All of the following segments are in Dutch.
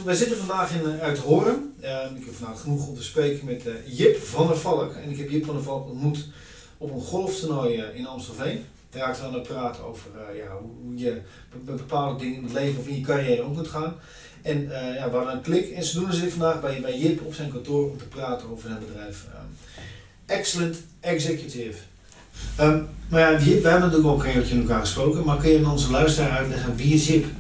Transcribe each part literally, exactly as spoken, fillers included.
wij zitten vandaag in uh, Uithoorn. Uh, ik heb vandaag genoeg om te spreken met uh, Jip van der Valk. En ik heb Jip van der Valk ontmoet op een golftoernooi uh, in Amstelveen. Daar raakten we aan het praten over uh, ja, hoe je met bepaalde dingen in het leven of in je carrière om moet gaan. En uh, ja, we hadden een klik en zodoende zit ik vandaag bij, bij Jip op zijn kantoor om te praten over zijn bedrijf. Um, Excellent Executive. Um, maar ja, Jip, we hebben natuurlijk ook een keertje met elkaar gesproken, maar kun je aan onze luisteraar uitleggen wie is Jip?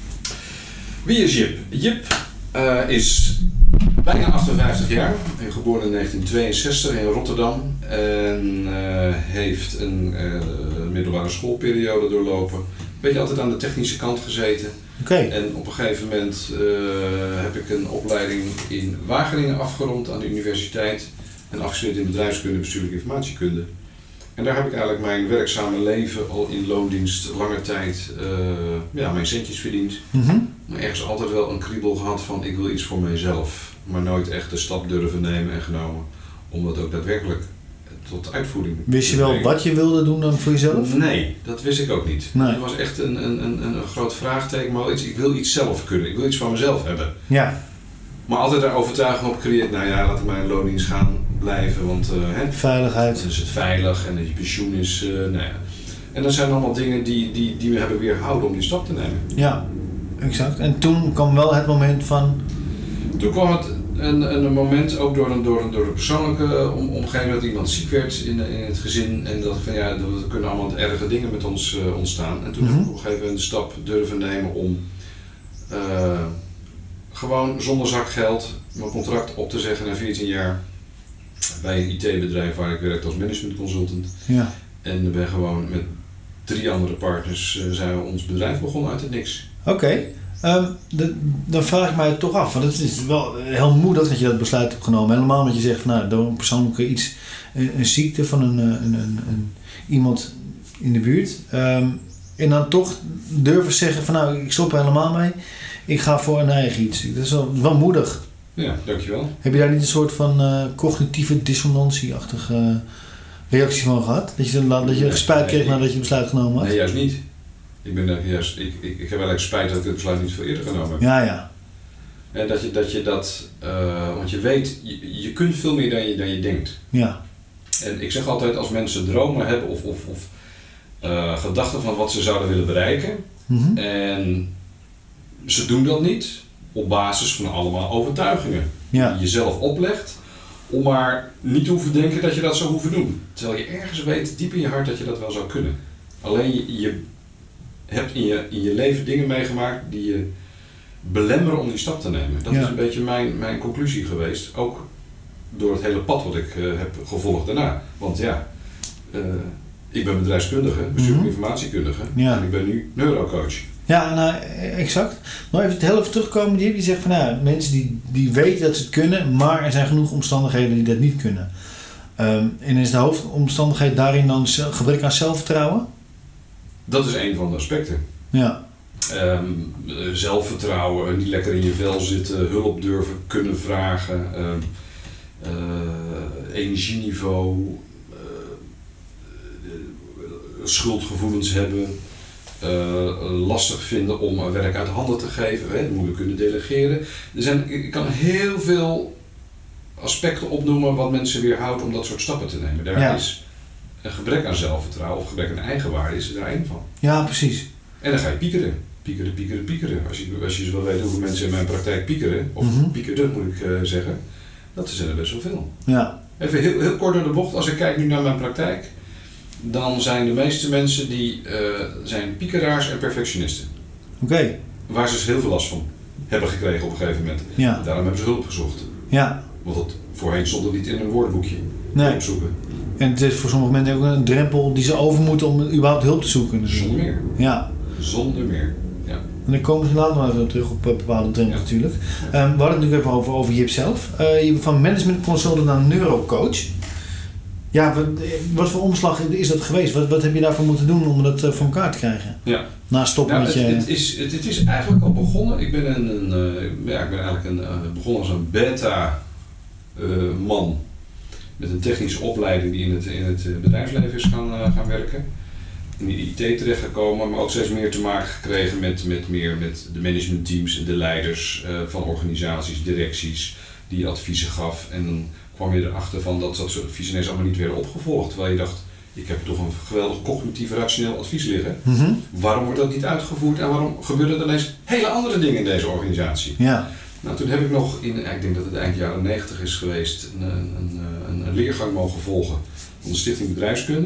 Wie is Jip? Jip uh, is bijna achtenvijftig jaar, geboren in negentien tweeënzestig in Rotterdam en uh, heeft een uh, middelbare schoolperiode doorlopen. Een beetje altijd aan de technische kant gezeten. Okay. En op een gegeven moment uh, heb ik een opleiding in Wageningen afgerond aan de universiteit en afgestudeerd in bedrijfskunde en bestuurlijke informatiekunde. En daar heb ik eigenlijk mijn werkzame leven al in loondienst lange tijd uh, ja, mijn centjes verdiend. Mm-hmm. Maar ergens altijd wel een kriebel gehad van ik wil iets voor mijzelf. Maar nooit echt de stap durven nemen en genomen om dat ook daadwerkelijk tot uitvoering te brengen. Wist je wel wat je wilde doen dan voor jezelf? Nee, dat wist ik ook niet. Nee. Het was echt een, een, een, een groot vraagteken, maar iets, ik wil iets zelf kunnen. Ik wil iets van mezelf hebben. Ja. Maar altijd daar overtuiging op gecreëerd, nou ja, laat ik maar in loondienst gaan blijven, want uh, hè, veiligheid. dan is het veilig en dat je pensioen is, uh, nou ja. En dat zijn allemaal dingen die, die, die me hebben weerhouden om die stap te nemen. Ja, exact. En toen kwam wel het moment van... Toen kwam het een, een moment, ook door een, door een, door een persoonlijke om, omgeving, dat iemand ziek werd in, in het gezin. En dat van ja, er kunnen allemaal erge dingen met ons uh, ontstaan. En toen mm-hmm. heb ik op een gegeven moment de stap durven nemen om uh, gewoon zonder zakgeld mijn contract op te zeggen na veertien jaar bij een I T-bedrijf waar ik werkte als management consultant. Ja. En ben gewoon met drie andere partners uh, zijn we ons bedrijf begonnen uit het niks. Oké. Okay. Um, de, dan vraag ik mij toch af, want het is wel heel moedig dat je dat besluit hebt genomen. Helemaal omdat je zegt, nou, door een persoonlijke iets, een, een ziekte van een, een, een, een, iemand in de buurt. Um, en dan toch durven zeggen van, nou, ik stop er helemaal mee. Ik ga voor een eigen iets. Dat is wel, wel moedig. Ja, dankjewel. Heb je daar niet een soort van uh, cognitieve dissonantie-achtige uh, reactie van gehad? Dat je, dat je spijt kreeg nadat je het besluit genomen had? Nee, juist niet. Ik, ben, juist, ik, ik, ik heb eigenlijk spijt dat ik het besluit niet veel eerder genomen heb. Ja, ja. En dat je dat, je dat uh, want je weet, je, je kunt veel meer dan je, dan je denkt. Ja. En ik zeg altijd, als mensen dromen hebben of, of, of uh, gedachten van wat ze zouden willen bereiken, mm-hmm. en ze doen dat niet op basis van allemaal overtuigingen ja. die je zelf oplegt, om maar niet te hoeven denken dat je dat zou hoeven doen. Terwijl je ergens weet, diep in je hart, dat je dat wel zou kunnen. Alleen je, je hebt in je, in je leven dingen meegemaakt die je belemmeren om die stap te nemen. Dat ja. is een beetje mijn, mijn conclusie geweest. Ook door het hele pad wat ik uh, heb gevolgd daarna. Want ja, uh, ik ben bedrijfskundige, bestuurlijke mm-hmm. informatiekundige ja. en ik ben nu neurocoach. Ja, nou exact. Maar even het heel even terugkomen, die, die zegt van nou, mensen die, die weten dat ze het kunnen, maar er zijn genoeg omstandigheden die dat niet kunnen. Um, en is de hoofdomstandigheid daarin dan gebrek aan zelfvertrouwen? Dat is een van de aspecten. Ja. Um, zelfvertrouwen, niet lekker in je vel zitten, hulp durven kunnen vragen, um, uh, energieniveau, uh, schuldgevoelens hebben, uh, lastig vinden om werk uit handen te geven, hè, moeilijk kunnen delegeren. Er zijn, ik kan heel veel aspecten opnoemen wat mensen weerhoudt om dat soort stappen te nemen. Daar ja. is een gebrek aan zelfvertrouwen of gebrek aan eigenwaarde is er daar één van. Ja, precies. En dan ga je piekeren. Piekeren, piekeren, piekeren. Als je, als je wil weten hoeveel mensen in mijn praktijk piekeren, of mm-hmm. piekerden moet ik uh, zeggen, dat zijn er best wel veel. Ja. Even heel, heel kort door de bocht, als ik kijk nu naar mijn praktijk, dan zijn de meeste mensen die uh, zijn piekeraars en perfectionisten. Oké. Okay. Waar ze dus heel veel last van hebben gekregen op een gegeven moment. Ja. Daarom hebben ze hulp gezocht. Ja. Want dat voorheen stond er niet in een woordenboekje. Nee. Opzoeken. En het is voor sommige mensen ook een drempel die ze over moeten om überhaupt hulp te zoeken. Zonder meer. Ja. Zonder meer. Ja. En dan komen ze later maar terug op bepaalde drempels ja. natuurlijk. Ja. Um, we hadden het natuurlijk even over, over Jip zelf. Uh, je bent van management consultant naar neurocoach. Ja, wat, wat voor omslag is dat geweest? Wat, wat heb je daarvoor moeten doen om dat uh, voor elkaar te krijgen? Ja. Na stoppen nou, met het, je... Het is, het, het is eigenlijk al begonnen. Ik ben, een, een, uh, ja, ik ben eigenlijk een, uh, begonnen als een beta uh, man. Met een technische opleiding die in het, in het bedrijfsleven is gaan, uh, gaan werken. in de I T terechtgekomen, maar ook steeds meer te maken gekregen met, met, meer met de managementteams en de leiders uh, van organisaties, directies, die adviezen gaf. En dan kwam je erachter van dat dat soort adviezen ineens allemaal niet werden opgevolgd. Terwijl je dacht, ik heb toch een geweldig cognitief rationeel advies liggen. Mm-hmm. Waarom wordt dat niet uitgevoerd en waarom gebeuren er ineens hele andere dingen in deze organisatie? Ja. Nou, toen heb ik nog, in, ik denk dat het eind jaren negentig is geweest, een, een, een, een leergang mogen volgen van de Stichting Bedrijfskunde.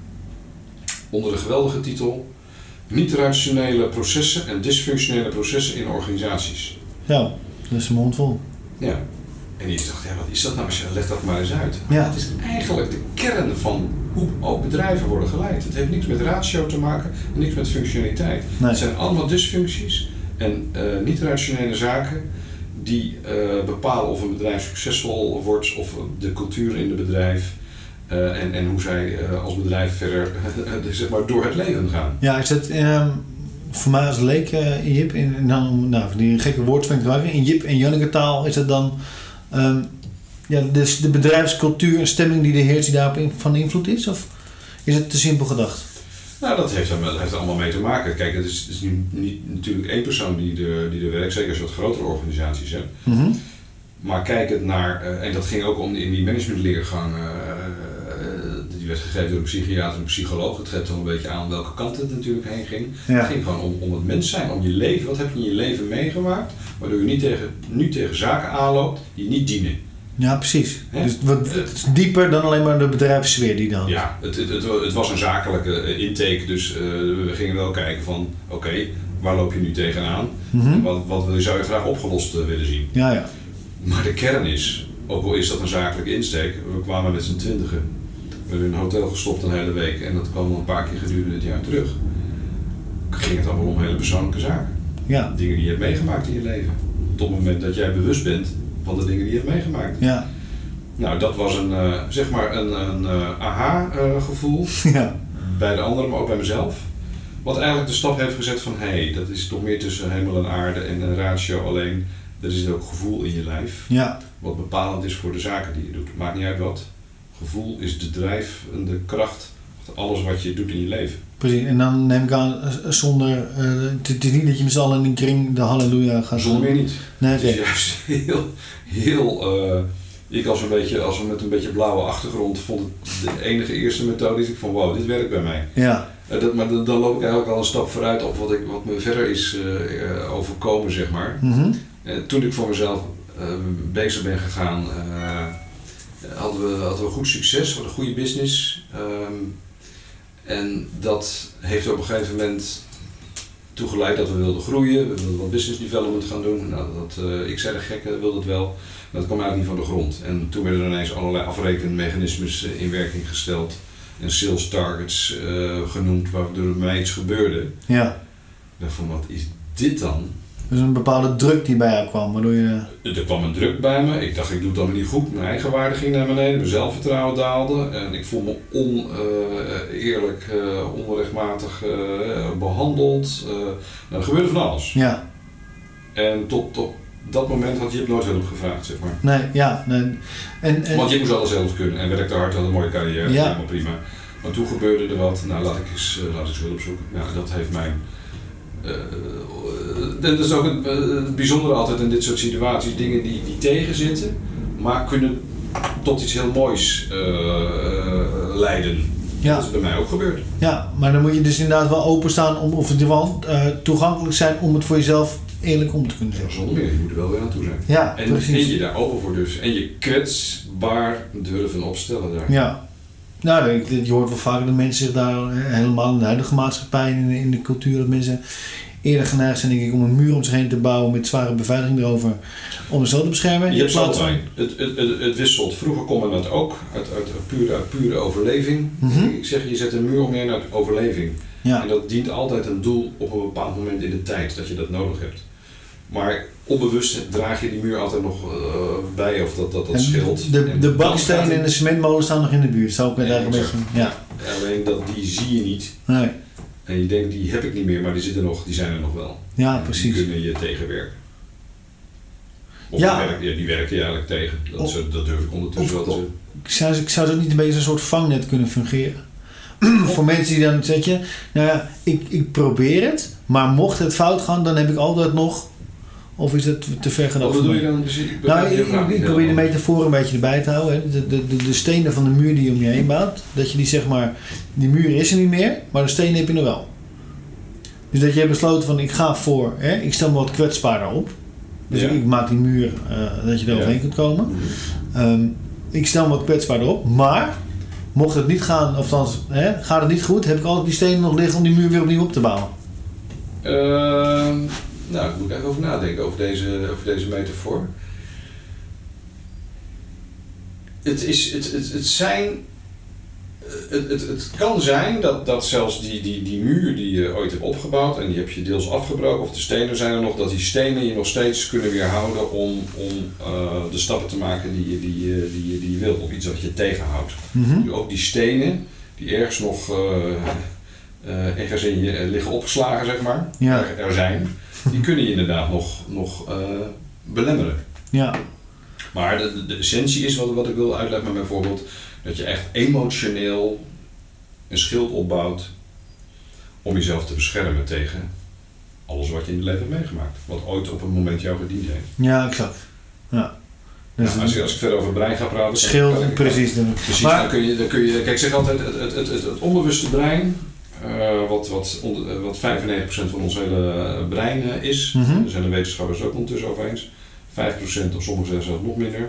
Onder de geweldige titel Niet-rationele processen en dysfunctionele processen in organisaties. Ja, dat is een mond vol. Ja. En ik dacht, ja, wat is dat nou? Leg dat maar eens uit. Ja. Het is eigenlijk de kern van hoe ook bedrijven worden geleid. Het heeft niks met ratio te maken en niks met functionaliteit. Nee. Het zijn allemaal dysfuncties en uh, niet-rationele zaken die uh, bepalen of een bedrijf succesvol wordt of de cultuur in het bedrijf uh, en, en hoe zij uh, als bedrijf verder uh, zeg maar door het leven gaan. Ja, is het uh, voor mij als leek uh, in Jip, in, nou, nou, die gekke woordspeling in Jip en Janneke taal is het dan um, ja, dus de bedrijfscultuur en stemming die er heerst die daarop in, van invloed is? Of is het te simpel gedacht? Nou, dat heeft er, dat heeft er allemaal mee te maken. Kijk, het is, het is niet, niet natuurlijk één persoon die er, die er werkt, zeker als je wat grotere organisaties hebt. Mm-hmm. Maar kijkend naar, uh, en dat ging ook om in die managementleergang, uh, uh, die werd gegeven door een psychiater en een psycholoog. Het geeft dan een beetje aan welke kant het natuurlijk heen ging. Ja. Het ging gewoon om, om het mens zijn, om je leven. Wat heb je in je leven meegemaakt, waardoor je niet tegen, nu tegen zaken aanloopt die niet dienen. Ja, precies. Hè? Dus wat, het is dieper dan alleen maar de bedrijfssfeer die dan... Ja, het, het, het, het was een zakelijke intake, dus uh, we gingen wel kijken van, oké, okay, waar loop je nu tegenaan? Mm-hmm. En wat, wat zou je graag opgelost uh, willen zien? Ja, ja. Maar de kern is, ook al is dat een zakelijke insteek, we kwamen met z'n twintigen. We hebben in een hotel gestopt een hele week en dat kwam een paar keer gedurende het jaar terug. Ging het allemaal om hele persoonlijke zaken. Ja. Dingen die je hebt meegemaakt in je leven. Tot het moment dat jij bewust bent van de dingen die je hebt meegemaakt. Ja. Nou, dat was een, uh, zeg maar een, een uh, aha-gevoel. Uh, ja. Bij de anderen, maar ook bij mezelf. Wat eigenlijk de stap heeft gezet van, hé, hey, dat is toch meer tussen hemel en aarde en een ratio alleen. Er is ook gevoel in je lijf. Ja. Wat bepalend is voor de zaken die je doet. Maakt niet uit wat. Gevoel is de drijvende kracht. Alles wat je doet in je leven. Precies, en dan neem ik aan, zonder, uh, het is niet dat je met z'n allen in een kring de halleluja gaat zonder meer niet. Nee, het is juist heel, heel uh, ik als een beetje, als met een beetje blauwe achtergrond vond het de enige eerste methode is ik van wow, dit werkt bij mij. Ja. Uh, dat, maar dan, dan loop ik eigenlijk al een stap vooruit op wat, ik, wat me verder is uh, uh, overkomen, zeg maar. Mm-hmm. Uh, toen ik voor mezelf uh, bezig ben gegaan, uh, hadden, we, hadden we goed succes, we hadden een goede business. Um, En dat heeft op een gegeven moment toegeleid dat we wilden groeien. We wilden wat business development gaan doen. Nou, dat, uh, ik zei de gekke, wilde het wel. Maar dat kwam eigenlijk niet van de grond. En toen werden er ineens allerlei afrekenmechanismes in werking gesteld. En sales targets uh, genoemd, waardoor er mij iets gebeurde. Ja. Ik dacht van, wat is dit dan? Dus een bepaalde druk die bij jou kwam, waardoor je... Er kwam een druk bij me. Ik dacht, ik doe het allemaal niet goed. Mijn eigenwaarde ging naar beneden. Mijn zelfvertrouwen daalde. En ik voelde me oneerlijk, uh, uh, onrechtmatig uh, behandeld. Uh, nou, er gebeurde van alles. Ja. En tot op dat moment had Jip nooit hulp gevraagd, zeg maar. Nee, ja. Nee. En, en... Want Jip moest alles zelf kunnen. En werkte hard, had een mooie carrière. Ja. Helemaal prima. Maar toen gebeurde er wat. Nou, laat ik eens, uh, laat ik eens hulp zoeken. Nou, dat heeft mij... Uh, dat is ook het, uh, het bijzondere altijd in dit soort situaties, dingen die, die tegenzitten, maar kunnen tot iets heel moois uh, uh, leiden. Ja. Dat is bij mij ook gebeurd. Ja, maar dan moet je dus inderdaad wel openstaan om, of in ieder geval uh, toegankelijk zijn om het voor jezelf eerlijk om te kunnen zetten. Ja, zonder meer, je moet er wel weer aan toe zijn. Ja, en, precies. en je daar open voor dus. En je kwetsbaar durven opstellen daar. Ja. Nou, je hoort wel vaak dat mensen zich daar helemaal in de huidige maatschappij en in de cultuur, dat mensen eerder geneigd zijn denk ik om een muur om zich heen te bouwen met zware beveiliging erover om zichzelf te beschermen. Je hebt plaats van... het, het, het, het wisselt. Vroeger kon men dat ook uit, uit, uit, pure, uit pure overleving. Mm-hmm. Ik zeg, je zet een muur omheen uit overleving. Ja. En dat dient altijd een doel op een bepaald moment in de tijd dat je dat nodig hebt. Maar onbewust draag je die muur altijd nog uh, bij of dat, dat, dat scheelt. De, de baksteen en de cementmolen staan nog in de buurt, zou ik het eigenlijk een beetje... Ja. Alleen dat, die zie je niet. Nee. En je denkt, die heb ik niet meer, maar die zitten nog, die zijn er nog wel. Ja, en precies. Die kunnen je tegenwerken. Of ja. die, werken, ja, die werken je eigenlijk tegen. Dat, of, dat durf ik ondertussen wel te zeggen. Zou, zou dat niet een beetje een soort vangnet kunnen fungeren? voor mensen die dan zeg je, nou ja, ik, ik probeer het, maar mocht het fout gaan, dan heb ik altijd nog, of is het te ver gedaan? Wat bedoel je dan? Ik nou, ik, ik, ik probeer de metafoor een beetje erbij te houden. Hè. De, de, de, de stenen van de muur die je om je heen bouwt, dat je die zeg maar, die muur is er niet meer, maar de stenen heb je nog wel. Dus dat je hebt besloten van, ik ga voor, hè, ik stel me wat kwetsbaarder op. Dus ja. ik, ik maak die muur, uh, dat je er overheen ja. kunt komen. Um, ik stel me wat kwetsbaarder op, maar mocht het niet gaan, of althans, hè, gaat het niet goed, heb ik altijd die stenen nog liggen om die muur weer opnieuw op te bouwen. Uh, nou, ik moet even over nadenken over deze, over deze metafoor. Het is, het, het, het zijn, het, het, het kan zijn dat, dat zelfs die, die, die muur die je ooit hebt opgebouwd en die heb je deels afgebroken, of de stenen zijn er nog, dat die stenen je nog steeds kunnen weerhouden om, om uh, de stappen te maken die je, die, die, die, die je wilt, of iets wat je tegenhoudt. Mm-hmm. Dus ook die stenen die ergens nog uh, uh, ergens in je uh, liggen opgeslagen, zeg maar, ja. er, er zijn, die kunnen je inderdaad nog, nog uh, belemmeren. Ja. Maar de, de, de essentie is, wat, wat ik wil uitleggen met mijn voorbeeld, dat je echt emotioneel een schild opbouwt om jezelf te beschermen tegen alles wat je in het leven hebt meegemaakt. Wat ooit op een moment jou gediend heeft. Ja, exact. Ja. Dus ja, als, ik, als ik verder over brein ga praten... Schild, ik, precies. Dan, precies, maar, dan kun je, dan kun je... Kijk, ik zeg altijd, het, het, het, het, het onbewuste brein, uh, wat, wat, wat vijfennegentig procent van ons hele brein uh, is, mm-hmm. daar zijn de wetenschappers ook ondertussen over eens, vijf procent of sommigen zeggen zelfs nog minder,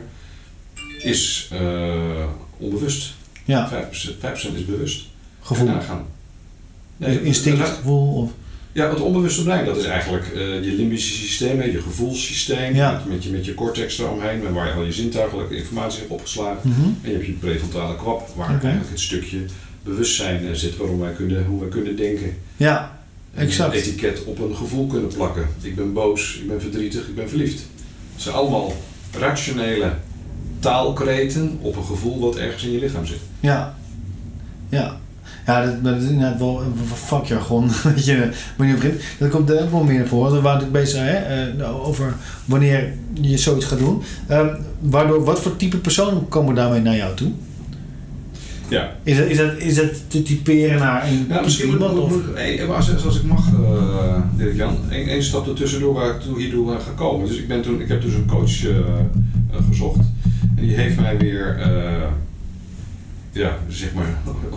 is uh, onbewust. Ja. vijf procent is bewust. Gevoel. Nee, instinct, gevoel? Of? Ja, het onbewuste brein, dat is eigenlijk uh, je limbische systeem, je gevoelssysteem, ja. met, met, je, met je cortex eromheen, waar je al je zintuigelijke informatie hebt opgeslagen. Mm-hmm. En je hebt je prefrontale kwab, waar okay. eigenlijk het stukje bewustzijn uh, zit, waarom wij kunnen, hoe wij kunnen denken. Ja, exact. En een etiket op een gevoel kunnen plakken. Ik ben boos, ik ben verdrietig, ik ben verliefd. Het zijn allemaal rationele taalkreten op een gevoel wat ergens in je lichaam zit. Ja, ja. Ja, dat, dat is inderdaad wel een vakjargon, weet je, wanneer je begint. Dat komt er ook wel meer naar voren. We waren natuurlijk bezig hè, uh, over wanneer je zoiets gaat doen. Um, waardoor, wat voor type personen komen daarmee naar jou toe? Ja. Is dat, is dat, is dat te typeren naar een ja, misschien iemand? Moet, moet, nee, als, als ik mag, uh, Dirk-Jan, één stap er tussendoor waar ik hierdoor ga komen. Dus ik, ben toen, ik heb dus een coach uh, uh, gezocht. En die heeft mij weer... Uh, ja, zeg maar,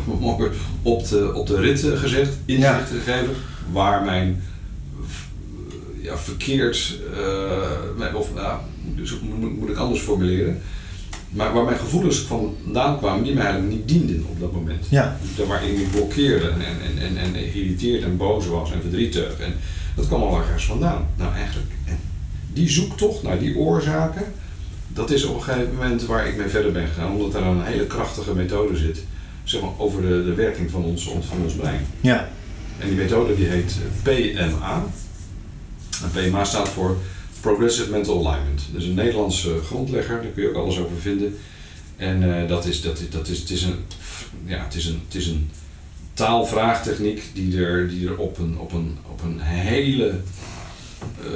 op de, op de rit gezet, inzicht ja. gegeven, waar mijn ja, verkeerd, uh, of nou, dus moet, moet ik anders formuleren, maar waar mijn gevoelens vandaan kwamen die mij eigenlijk niet dienden op dat moment. Ja. Dus waarin ik blokkeerde en, en, en, en geïrriteerd en boos was en verdrietig. En dat kwam al ergens vandaan. Nou eigenlijk, en die zoektocht naar die oorzaken, dat is op een gegeven moment waar ik mee verder ben gegaan, omdat er een hele krachtige methode zit, zeg maar, over de, de werking van ons, van ons brein. Ja. En die methode die heet P M A. En P M A staat voor Progressive Mental Alignment. Dat is een Nederlandse grondlegger, daar kun je ook alles over vinden. En uh, dat is, dat, dat is, het is een, ja, het is een, het is een taalvraagtechniek die er, die er op een, op een, op een hele uh,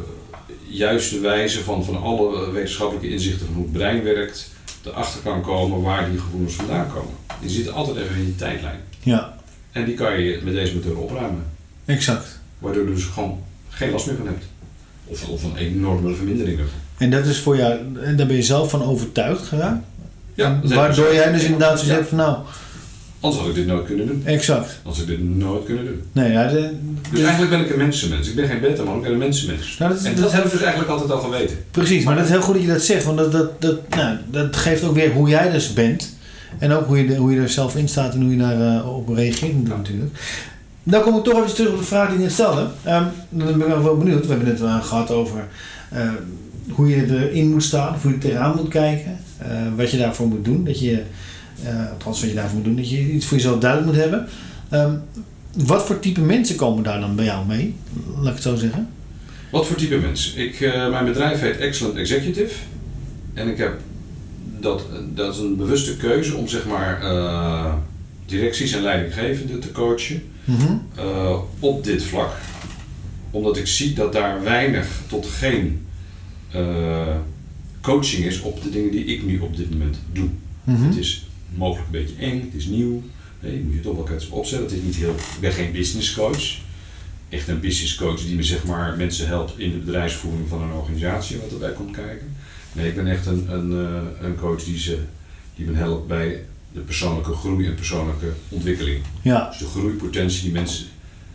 juiste wijze van, van alle wetenschappelijke inzichten van hoe het brein werkt, erachter kan komen waar die gevoelens vandaan komen. Die zitten altijd even in die tijdlijn. Ja. En die kan je met deze methode opruimen. Exact. Waardoor je dus gewoon geen last meer van hebt. Of, of een enorme vermindering ervan. En dat is voor jou, en daar ben je zelf van overtuigd geraakt? Ja. Waardoor jij dus inderdaad zo zegt van nou... Anders had ik dit nooit kunnen doen. Exact. Anders had ik dit nooit kunnen doen. Nee, ja, de, dus, dus eigenlijk ben ik een mensenmens. Ik ben geen beta-man, ik ben een mensenmens. Nou, dat is, en dat, dat heb ik dus eigenlijk altijd al geweten. Precies, maar dat is heel goed dat je dat zegt. Want dat, dat, dat, nou, dat geeft ook weer hoe jij dus bent. En ook hoe je, hoe je er zelf in staat en hoe je daarop uh, reageert ja. natuurlijk. Dan kom ik toch even terug op de vraag die je net stelde. Um, dan ben ik wel benieuwd. We hebben het net uh, gehad over uh, hoe je erin moet staan. Of hoe je tegenaan moet kijken. Uh, wat je daarvoor moet doen. Dat je... Uh, althans wat je daarvoor moet doen, dat je iets voor jezelf duidelijk moet hebben. Um, wat voor type mensen komen daar dan bij jou mee? Laat ik het zo zeggen. Wat voor type mensen? Ik, uh, mijn bedrijf heet Excellent Executive. En ik heb dat, dat is een bewuste keuze om zeg maar uh, directies en leidinggevenden te coachen mm-hmm. uh, op dit vlak. Omdat ik zie dat daar weinig tot geen uh, coaching is op de dingen die ik nu op dit moment doe. Mm-hmm. Het is mogelijk een beetje eng, het is nieuw, Hey, je moet je toch wel kwetsbaar opzetten. Dat is niet heel, ik ben geen business coach. Echt een business coach die me zeg maar, mensen helpt in de bedrijfsvoering van een organisatie, wat erbij komt kijken. Nee, ik ben echt een, een, een coach die, ze, die me helpt bij de persoonlijke groei en persoonlijke ontwikkeling. Ja. Dus de groeipotentie die mensen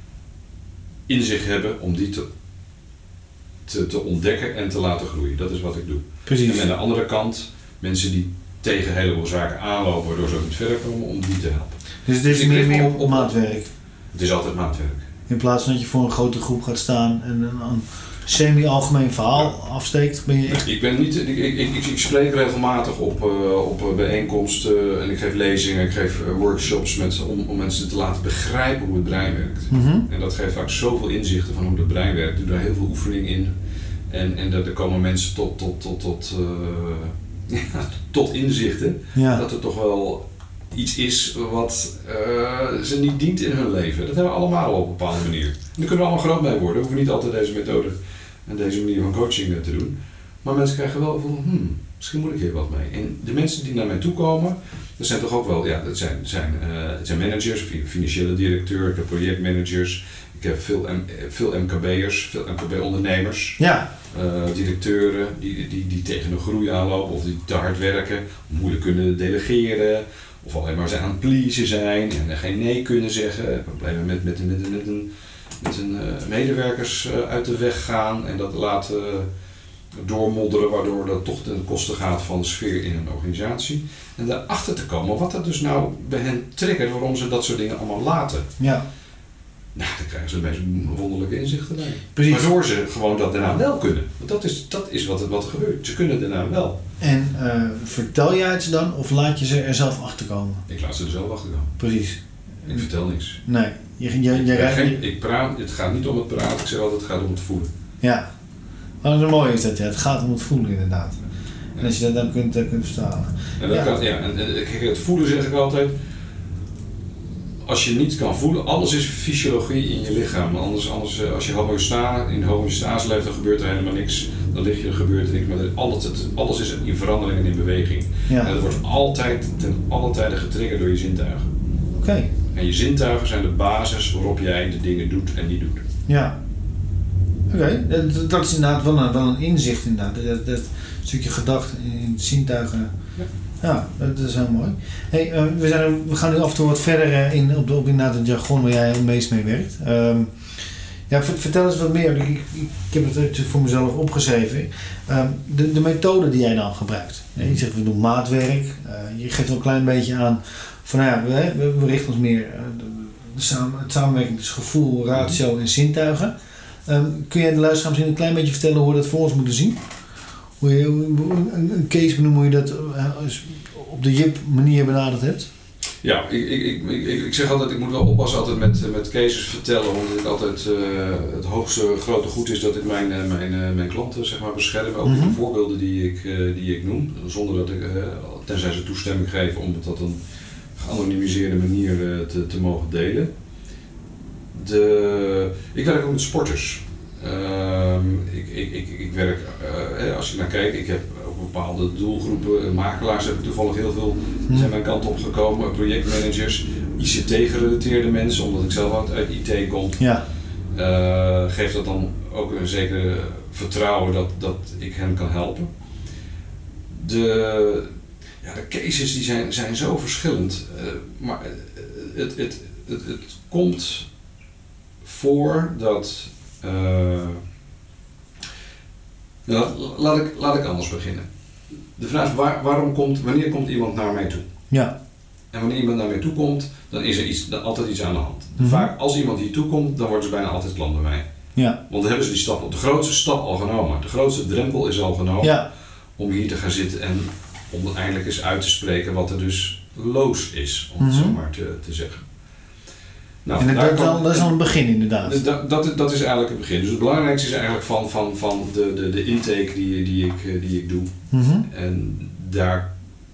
in zich hebben om die te, te, te ontdekken en te laten groeien. Dat is wat ik doe. Precies. En aan de andere kant, mensen die tegen een heleboel zaken aanlopen waardoor ze ook niet verder komen, om die te helpen. Dus het is Dus ik meer richt me op, op- op maatwerk. Het is altijd maatwerk. In plaats van dat je voor een grote groep gaat staan en een, een semi-algemeen verhaal Ja. afsteekt, ben je echt... Ik ben niet, ik, ik, ik, ik spreek regelmatig op, uh, op bijeenkomsten en ik geef lezingen, ik geef uh, workshops met, om, om mensen te laten begrijpen hoe het brein werkt. Mm-hmm. En dat geeft vaak zoveel inzichten van hoe het brein werkt. Ik doe daar heel veel oefening in. En, en daar komen mensen tot, tot, tot, tot, uh, ja, tot inzichten Ja. dat er toch wel iets is wat uh, ze niet dient in hun leven. Dat hebben we allemaal op een bepaalde manier. En daar kunnen we allemaal groot mee worden. We hoeven niet altijd deze methode en deze manier van coaching te doen. Maar mensen krijgen wel van, hmm, misschien moet ik hier wat mee. En de mensen die naar mij toe komen, dat zijn toch ook wel, ja, dat zijn, zijn, uh, het zijn managers, financiële directeur, ik heb projectmanagers, ik heb veel, M, veel M K B'ers, veel M K B-ondernemers. Ja. Uh, directeuren die, die, die tegen een groei aanlopen of die te hard werken, moeilijk kunnen delegeren of alleen maar aan het pleasen zijn en geen nee kunnen zeggen, problemen met, met, met, met een, met een uh, medewerkers uh, uit de weg gaan en dat laten uh, doormodderen waardoor dat toch ten koste gaat van de sfeer in een organisatie. En daarachter te komen wat er dus nou bij hen triggert waarom ze dat soort dingen allemaal laten. Ja. Nou, dan krijgen ze de meest wonderlijke inzichten bij. Precies. Waardoor ze gewoon dat daarna wel kunnen. Want dat is, dat is wat, wat er gebeurt. Ze kunnen daarna wel. En uh, vertel jij het ze dan of laat je ze er zelf achter komen? Ik laat ze er zelf achter komen. Precies. Ik vertel niks. Nee. Je, je, je, ik, je, ben je, geen, ik praat, het gaat niet om het praten, ik zeg altijd het gaat om het voelen. Ja. Maar dat is mooi is dat, ja. Het gaat om het voelen inderdaad. En als je dat dan kunt, uh, kunt vertalen. En, dat Ja. kan, ja, en, en kijk, het voelen zeg ik altijd. Als je niet kan voelen, alles is fysiologie in je lichaam. Anders, anders als je homeostase, in homeostase leeft, dan gebeurt er helemaal niks. Dan lig je, er gebeurt er niks. Maar alles, het, alles is in verandering en in beweging. Ja. En dat wordt altijd, ten alle tijden getriggerd door je zintuigen. Oké. Okay. En je zintuigen zijn de basis waarop jij de dingen doet en niet doet. Ja. Oké, okay. dat, dat is inderdaad wel een, wel een inzicht inderdaad. Dat, dat stukje gedachte in de zintuigen. Ja. Ja, dat is heel mooi. Hey, uh, we, zijn, we gaan nu af en toe wat verder in, op, de, op inderdaad het jargon waar jij het meest mee werkt. Um, ja, vertel eens wat meer. Ik, ik, ik heb het voor mezelf opgeschreven. Um, de, de methode die jij dan gebruikt. Je zegt we doen maatwerk. Uh, je geeft wel een klein beetje aan van nou ja, we, we, we richten ons meer. Uh, de, de samen, het samenwerking tussen gevoel, ratio en zintuigen. Um, kun jij de luisteraar misschien een klein beetje vertellen hoe we dat voor ons moeten zien? Hoe je een, een case benoemen hoe je dat uh, op de Jip manier benaderd hebt? Ja, ik, ik, ik, ik, ik zeg altijd, ik moet wel oppassen altijd met, met cases vertellen, omdat ik altijd uh, het hoogste grote goed is dat ik mijn, uh, mijn, uh, mijn klanten zeg maar, bescherm, ook mm-hmm. de voorbeelden die ik, uh, die ik noem, zonder dat ik, uh, tenzij ze toestemming geven om het op een geanonimiseerde manier uh, te, te mogen delen. De, ik werk ook met sporters. Uh, ik, ik, ik, ik werk, uh, als je naar kijkt, ik heb ook bepaalde doelgroepen, makelaars heb ik toevallig heel veel, die zijn mijn kant op gekomen, projectmanagers, I C T-gerelateerde mensen, omdat ik zelf ook uit I T kom. Ja. Uh, geeft dat dan ook een zeker vertrouwen dat, dat ik hen kan helpen. De, ja, de cases die zijn, zijn zo verschillend, uh, maar het, het, het, het komt voor dat. Uh, laat, laat, ik, laat ik anders beginnen. De vraag is waar, waarom komt, wanneer komt iemand naar mij toe? Ja. En wanneer iemand naar mij toe komt, dan is er iets, dan altijd iets aan de hand. Mm-hmm. Vaak als iemand hier toe komt, dan worden ze bijna altijd klant bij mij. Ja. Want dan hebben ze die stap, de grootste stap al genomen. De grootste drempel is al genomen ja. om hier te gaan zitten en om eindelijk eens uit te spreken wat er dus los is, om mm-hmm. het zo maar te, te zeggen. Nou, en dat, kan, dat is al een begin inderdaad. Dat, dat, dat is eigenlijk het begin. Dus het belangrijkste is eigenlijk van, van, van de, de, de intake die, die, ik, die ik doe. Mm-hmm. En daar,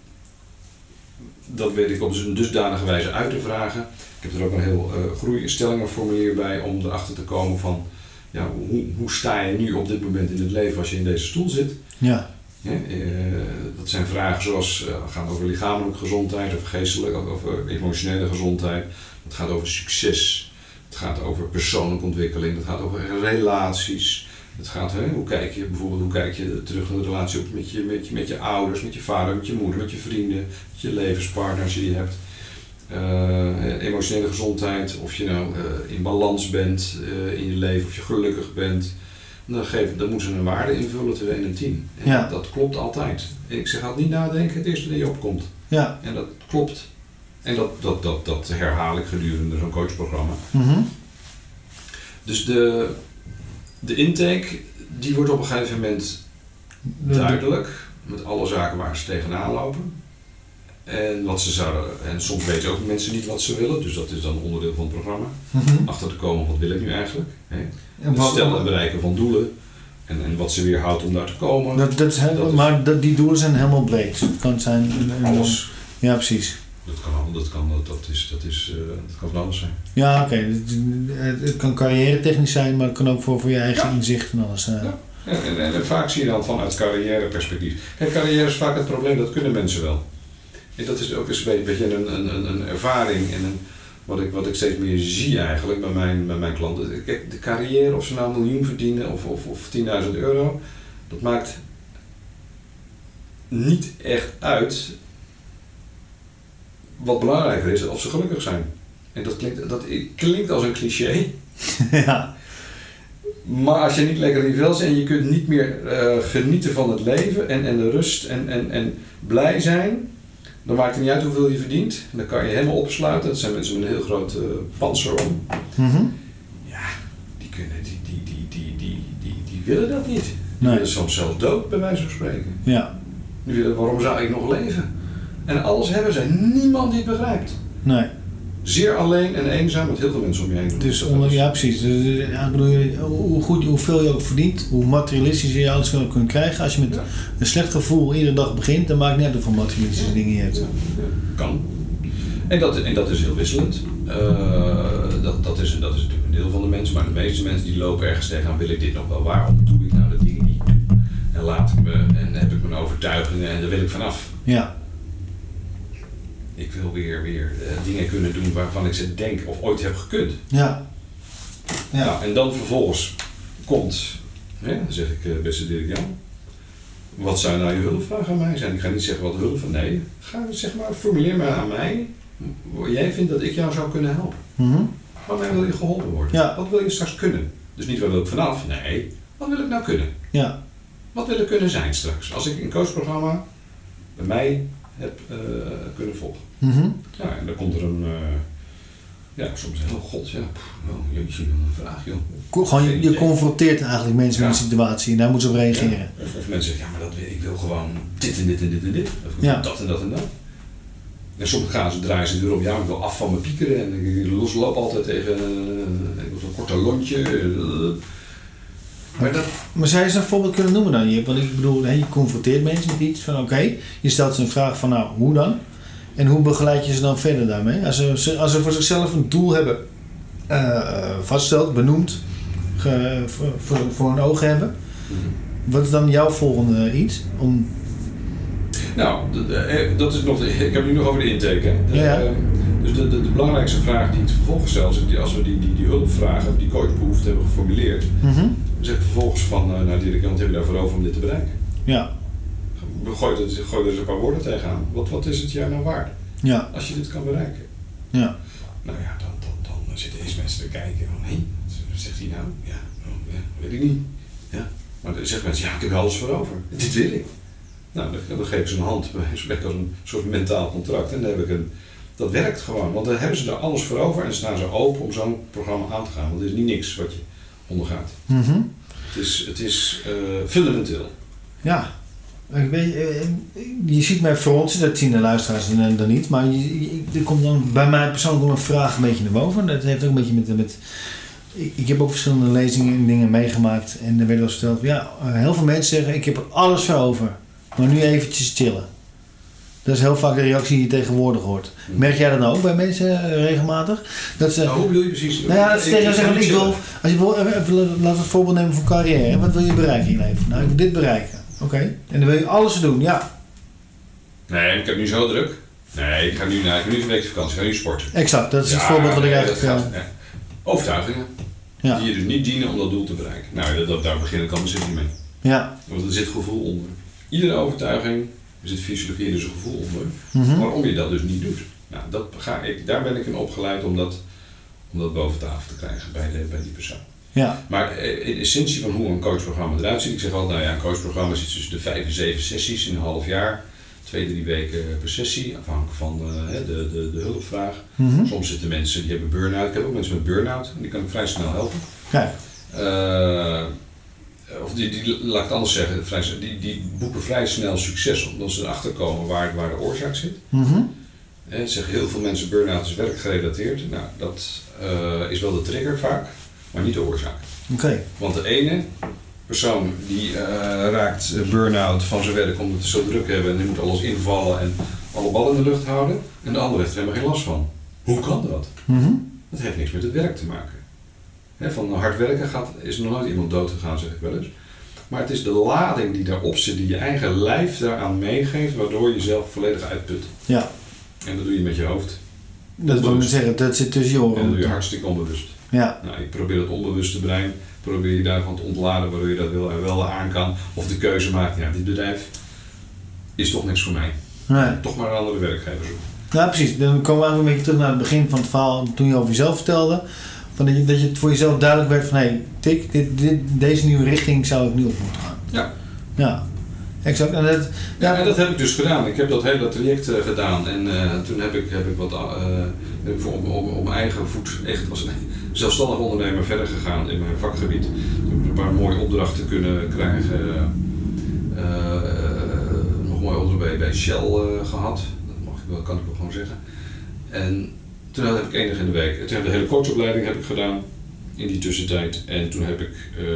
dat weet ik op een dusdanige wijze uit te vragen. Ik heb er ook een heel uh, groeistellingenformulier bij om erachter te komen van ja, hoe, hoe sta je nu op dit moment in het leven als je in deze stoel zit. Ja. Ja, uh, dat zijn vragen zoals uh, het gaat over lichamelijke gezondheid, over geestelijke, over emotionele gezondheid. Het gaat over succes. Het gaat over persoonlijke ontwikkeling. Het gaat over relaties. Het gaat, hè, hoe kijk je bijvoorbeeld, hoe kijk je terug naar de relatie op met je, met je, met je ouders, met je vader, met je moeder, met je vrienden, met je levenspartners die je hebt. Uh, emotionele gezondheid, of je nou uh, in balans bent uh, in je leven, of je gelukkig bent. Dan, geef, dan moeten ze een waarde invullen tussen één en tien. En ja. dat, dat klopt altijd. Ik zeg altijd niet nadenken, het eerste dat je opkomt. Ja. En dat klopt. En dat, dat, dat, dat herhaal ik gedurende zo'n coachprogramma. Mm-hmm. Dus de, de intake, die wordt op een gegeven moment duidelijk. Met alle zaken waar ze tegenaan lopen. En wat ze zouden, en soms weten ook mensen niet wat ze willen, dus dat is dan onderdeel van het programma. Mm-hmm. Achter te komen, wat wil ik nu eigenlijk? Hè? En Het wat, stellen en bereiken van doelen. En, en wat ze weerhoudt om daar te komen. Dat, dat is heel, dat is, maar dat, die doelen zijn helemaal breed. Het kan zijn een, een, alles. Ja, precies. Dat kan, dat kan, dat, dat is, dat is, uh, dat kan van alles zijn. Ja, oké. Okay. Het, het kan carrière technisch zijn, maar het kan ook voor, voor je eigen ja. inzicht en alles. Uh. Ja. En, en, en, en vaak zie je dan vanuit carrière perspectief. Kijk, carrière is vaak het probleem, dat kunnen mensen wel. En dat is ook eens een beetje een, een, een ervaring en een, wat, ik, wat ik steeds meer zie eigenlijk bij mijn, bij mijn klanten. Kijk, de carrière, of ze nou een miljoen verdienen of, of, of tienduizend euro, dat maakt niet echt uit. Wat belangrijker is, of ze gelukkig zijn. En dat klinkt, dat klinkt als een cliché. Ja. Maar als je niet lekker in je vel zit en je kunt niet meer uh, genieten van het leven en, en de rust en, en, en blij zijn, dan maakt het niet uit hoeveel je verdient. Dan kan je helemaal opsluiten. Dat zijn mensen met een heel groot uh, panzer om. Mm-hmm. Ja, die, kunnen, die, die, die, die, die, die, die willen dat niet. Die nee. willen soms zelfs dood, bij wijze van spreken. Ja. Die willen, waarom zou ik nog leven? En alles hebben ze. Niemand die het begrijpt. Nee. Zeer alleen en eenzaam met heel veel mensen om je heen. Dus onder, ja, precies. Dus, ja, bedoel, hoe goed, hoeveel je ook verdient, hoe materialistisch je alles kunt krijgen. Als je met ja. een slecht gevoel iedere dag begint, dan maakt het niet uit hoeveel materialistische dingen je hebt. Ja, ja. Kan. En dat, en dat is heel wisselend. Uh, dat, dat, is, dat is natuurlijk een deel van de mensen, maar de meeste mensen die lopen ergens tegenaan, wil ik dit nog wel? Waarom doe ik nou de dingen die ik doe? En laat ik me, en heb ik mijn overtuigingen en daar wil ik vanaf. Ja. Ik wil weer, weer uh, dingen kunnen doen waarvan ik ze denk of ooit heb gekund. Ja. Ja. Nou, en dan vervolgens komt, hè, dan zeg ik, uh, beste Dirk Jan, wat zou nou je hulpvraag aan mij zijn? Ik ga niet zeggen wat hulp van, nee, ga zeg maar, formuleer maar aan mij, waar jij vindt dat ik jou zou kunnen helpen. Mm-hmm. Waarmee wil je geholpen worden? Ja. Wat wil je straks kunnen? Dus niet waar wil ik vanaf, nee, wat wil ik nou kunnen? Ja. Wat wil ik kunnen zijn straks? Als ik een coachprogramma bij mij heb uh, kunnen volgen. Mm-hmm. Ja, en dan komt er een, uh, ja, soms, oh god, ja, oh, jeetje, een vraag, joh. Gewoon, je, je confronteert eigenlijk mensen ja. met een situatie en daar moeten ze op reageren. Ja. Of, of mensen zeggen, ja, maar dat, ik wil gewoon dit en dit en dit en dit. Of ik ja. wil dat en dat en dat. En soms gaan ze, draaien ze de deur op, ja, ik wil af van mijn piekeren. En ik los loop altijd tegen uh, ik wil zo'n korte lontje. Uh, Maar, dat, maar zou je eens een voorbeeld kunnen noemen dan? Je, want ik bedoel, hè, je confronteert mensen met iets van oké, okay, je stelt ze een vraag van nou, hoe dan? En hoe begeleid je ze dan verder daarmee? Als ze, als ze voor zichzelf een doel hebben uh, vastgesteld, benoemd, ge, voor, voor, voor hun ogen hebben, mm-hmm. wat is dan jouw volgende iets? Om... Nou, dat is nog, ik heb het nu nog over de intake. Hè? De, ja. uh, dus de, de, de belangrijkste vraag die het vervolgens stelt, is als we die, die, die hulpvragen of die coachbehoefte hebben geformuleerd, mm-hmm. dan zeg ik vervolgens van, uh, nou Dirk, wat heb je daarvoor over om dit te bereiken? Ja. Gooi, het, gooi er eens een paar woorden tegenaan. Wat, wat is het jou nou waard? Ja. Als je dit kan bereiken. Ja. Nou ja, dan, dan, dan zitten deze mensen te kijken. Hé, hey, wat zegt hij nou? Ja, oh, ja, weet ik niet. Ja. Maar dan zeggen mensen, ja, ik heb er alles voor over. Dit wil ik. Nou, dan, dan geef ik ze een hand, bij als een soort mentaal contract. En dan heb ik een, dat werkt gewoon. Want dan hebben ze er alles voor over en dan staan ze open om zo'n programma aan te gaan. Want het is niet niks wat je ondergaat. Mm-hmm. Het is, het is uh, fundamenteel. Ja. Ik weet, je ziet mij fronsen, dat zien de luisteraars dan niet, maar je, je, er komt dan bij mij persoonlijk een vraag een beetje naar boven. Dat heeft ook een beetje met... met ik, ik heb ook verschillende lezingen en dingen meegemaakt en er werd wel verteld, ja, heel veel mensen zeggen, ik heb er alles voor over, maar nu eventjes chillen. Dat is heel vaak de reactie die je tegenwoordig hoort. Merk jij dat nou ook bij mensen regelmatig? Dat ze, nou, hoe bedoel je precies? Nou ja, dat ze tegen jou zeggen, ik wil, als je wil, laten we het voorbeeld nemen van carrière, wat wil je bereiken in je leven? Nou, ik wil dit bereiken. Oké, okay. En dan wil je alles doen, ja. Nee, ik heb nu zo druk. Nee, ik ga nu, nou, ik ga nu een weekje vakantie, ik ga nu sporten. Exact, dat is ja, het voorbeeld wat nee, ik eigenlijk... Gaat, nee. Overtuigingen. Ja. Die je dus niet dienen om dat doel te bereiken. Nou, dat, dat, daar begin ik al zit niet mee. Ja. Want er zit gevoel onder. Iedere overtuiging, er zit fysiologie en dus een gevoel onder. Mm-hmm. Waarom je dat dus niet doet. Nou, dat ga ik, daar ben ik in opgeleid om dat, om dat boven tafel te krijgen bij, de, bij die persoon. Ja. Maar in de essentie van hoe een coachprogramma eruit ziet, ik zeg altijd, nou ja, een coachprogramma zit tussen de vijf en zeven sessies in een half jaar. Twee, drie weken per sessie, afhankelijk van uh, de, de, de hulpvraag. Mm-hmm. Soms zitten mensen die hebben burn-out. Ik heb ook mensen met burn-out, die kan ik vrij snel helpen. Kijk. Uh, of die, die, laat ik het anders zeggen, vrij, die, die boeken vrij snel succes omdat ze erachter komen waar, waar de oorzaak zit. Mm-hmm. En zeggen heel veel mensen burn-out is werkgerelateerd. Nou, dat uh, is wel de trigger vaak, maar niet de oorzaak. Oké. Okay. Want de ene persoon die uh, raakt burn-out van zijn werk omdat ze zo druk hebben en die moet alles invallen en alle ballen in de lucht houden. En de andere heeft er helemaal geen last van. Hoe kan dat? Mm-hmm. Dat heeft niks met het werk te maken. He, van hard werken gaat, is nog nooit iemand dood gegaan, zeg ik wel eens. Maar het is de lading die daarop zit, die je eigen lijf daaraan meegeeft, waardoor je jezelf volledig uitput. Ja. En dat doe je met je hoofd. Dat wil ik zeggen, dat zit tussen je oren. En dat doe je hartstikke onbewust. Ja. Nou, ik probeer het onbewuste brein, probeer je daarvan te ontladen waardoor je dat wel en wel aan kan. Of de keuze maakt, ja, dit bedrijf is toch niks voor mij. Nee. Toch maar een andere werkgever zoeken. Ja, precies. Dan komen we eigenlijk een beetje terug naar het begin van het verhaal toen je over jezelf vertelde. Van dat, je, dat je het voor jezelf duidelijk werd van hé, hey, tik, dit, dit, deze nieuwe richting zou ik nu op moeten gaan. Ja. Ja. Exact. En dat, ja, ja, en dat heb ik dus gedaan. Ik heb dat hele traject uh, gedaan en uh, toen heb ik, heb ik wat uh, heb ik voor, om, om, om eigen voet echt als een zelfstandig ondernemer verder gegaan in mijn vakgebied. Toen heb ik een paar mooie opdrachten kunnen krijgen. Uh, uh, nog mooie opdrachten bij Shell uh, gehad. Dat mag ik wel, kan ik wel gewoon zeggen. En toen heb ik één dag in de week. Toen heb ik de hele coachopleiding heb ik gedaan in die tussentijd. En toen heb ik uh,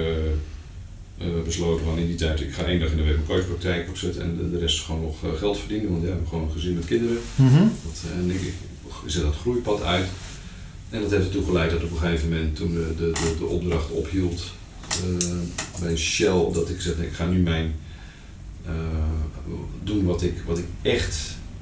uh, besloten van in die tijd, ik ga één dag in de week een coachpraktijk opzetten en de, de rest gewoon nog uh, geld verdienen. Want ja, we hebben gewoon een gezin met kinderen. Mm-hmm. Dat, en ik, ik zet dat groeipad uit. En dat heeft ertoe geleid dat op een gegeven moment toen de, de, de, de opdracht ophield uh, bij Shell, dat ik zeg, ik ga nu mijn uh, doen wat ik, wat ik echt,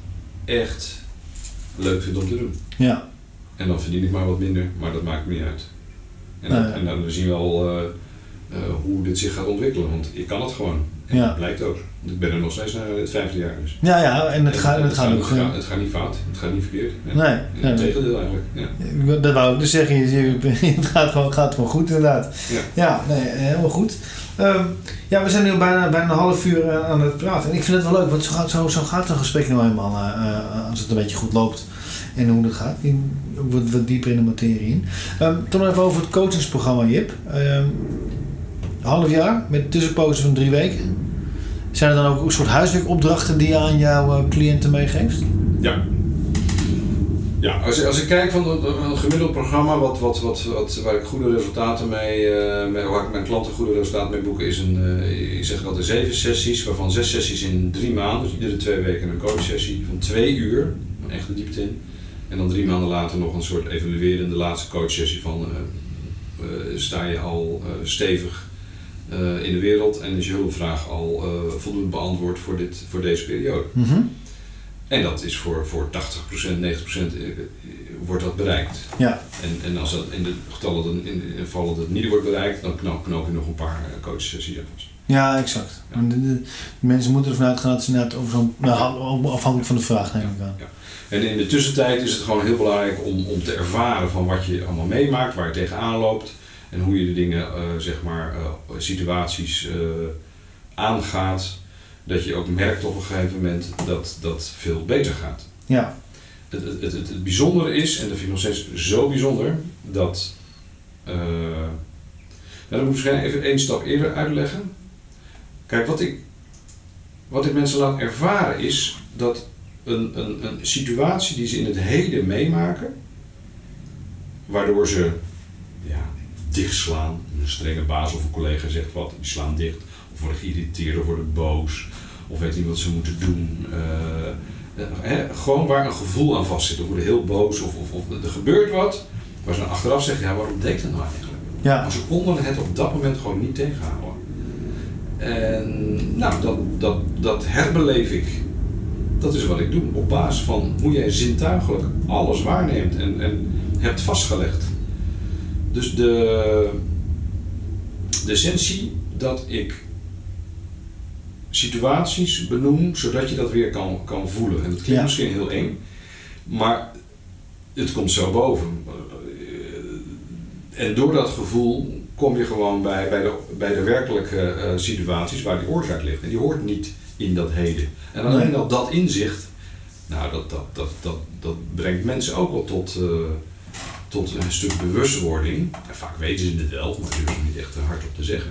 echt leuk vind om te doen. Ja. En dan verdien ik maar wat minder, maar dat maakt me niet uit. En, nee. dat, en dan zien we al uh, uh, hoe dit zich gaat ontwikkelen, want ik kan het gewoon. En ja. dat blijkt ook. Want ik ben er nog steeds naar het vijfde jaar dus. Ja, ja, en het, en gaat, het, het, gaat, gaat, ook... Het gaat, het gaat niet fout, het gaat niet verkeerd. Ja. Nee. nee Integendeel eigenlijk. Ja. Dat wou ik dus zeggen, het gaat gewoon, gaat gewoon goed inderdaad. Ja, ja nee, helemaal goed. Um, ja, we zijn nu bijna, bijna een half uur uh, aan het praten. En ik vind het wel leuk, want zo gaat, zo, zo gaat een gesprek nou eenmaal uh, uh, als het een beetje goed loopt. En hoe dat gaat. In, wat, wat dieper in de materie in. Um, toen even over het coachingsprogramma, Jip. Um, een half jaar met tussenpozen van drie weken. Zijn er dan ook een soort huiswerkopdrachten die je aan jouw uh, cliënten meegeeft? Ja. Ja, als, als ik kijk van een gemiddeld programma wat, wat, wat, wat, waar ik goede resultaten mee, uh, mee, waar ik mijn klanten goede resultaten mee boeken, is een, uh, ik zeg altijd zeven sessies, waarvan zes sessies in drie maanden, dus iedere twee weken een coachsessie van twee uur, een echte diepte in. En dan drie maanden later nog een soort evaluerende laatste coachsessie van uh, uh, sta je al uh, stevig uh, in de wereld en is je hulpvraag al uh, voldoende beantwoord voor, dit, voor deze periode. Mm-hmm. En dat is voor, voor tachtig procent, negentig procent wordt dat bereikt. Ja. En, en als dat in de getallen, in de gevallen dat het niet wordt bereikt, dan knoop, knoop je nog een paar coachsessies aan vast. Ja, exact. Ja. De, de, de mensen moeten ervan uitgaan dat ze net over zo'n, nou, afhankelijk van de vraag neem ik aan. Ja. En in de tussentijd is het gewoon heel belangrijk om, om te ervaren van wat je allemaal meemaakt, waar je tegenaan loopt en hoe je de dingen, uh, zeg maar, uh, situaties uh, aangaat. Dat je ook merkt op een gegeven moment dat dat veel beter gaat. Ja. Het, het, het, het bijzondere is, en dat vind ik nog steeds zo bijzonder, dat... Uh, nou, dan moet ik misschien even één stap eerder uitleggen. Kijk, wat ik, wat ik mensen laat ervaren is dat een, een, een situatie die ze in het heden meemaken, waardoor ze ja, dichtslaan, een strenge baas of een collega zegt wat, die slaan dicht, of worden geïrriteerd of worden boos, of weet niet wat ze moeten doen. Uh, He, gewoon waar een gevoel aan vast zit. Of worden heel boos of, of, of er gebeurt wat. Waar ze dan achteraf zeggen, ja, waarom deed ik dat nou eigenlijk? Ja. Maar ze konden het op dat moment gewoon niet tegenhouden. En nou, dat, dat, dat herbeleef ik. Dat is wat ik doe, op basis van hoe jij zintuigelijk alles waarneemt en, en hebt vastgelegd. Dus de, de essentie dat ik situaties benoem, zodat je dat weer kan, kan voelen. En dat klinkt ja. misschien heel eng, maar het komt zo boven. En door dat gevoel kom je gewoon bij, bij, de, bij de werkelijke uh, situaties waar die oorzaak ligt. En die hoort niet in dat heden. En alleen nee. dat, dat inzicht, nou dat, dat, dat, dat, dat brengt mensen ook wel tot, uh, tot een stuk bewustwording. En vaak weten ze het wel, maar ze durven niet echt hardop te zeggen.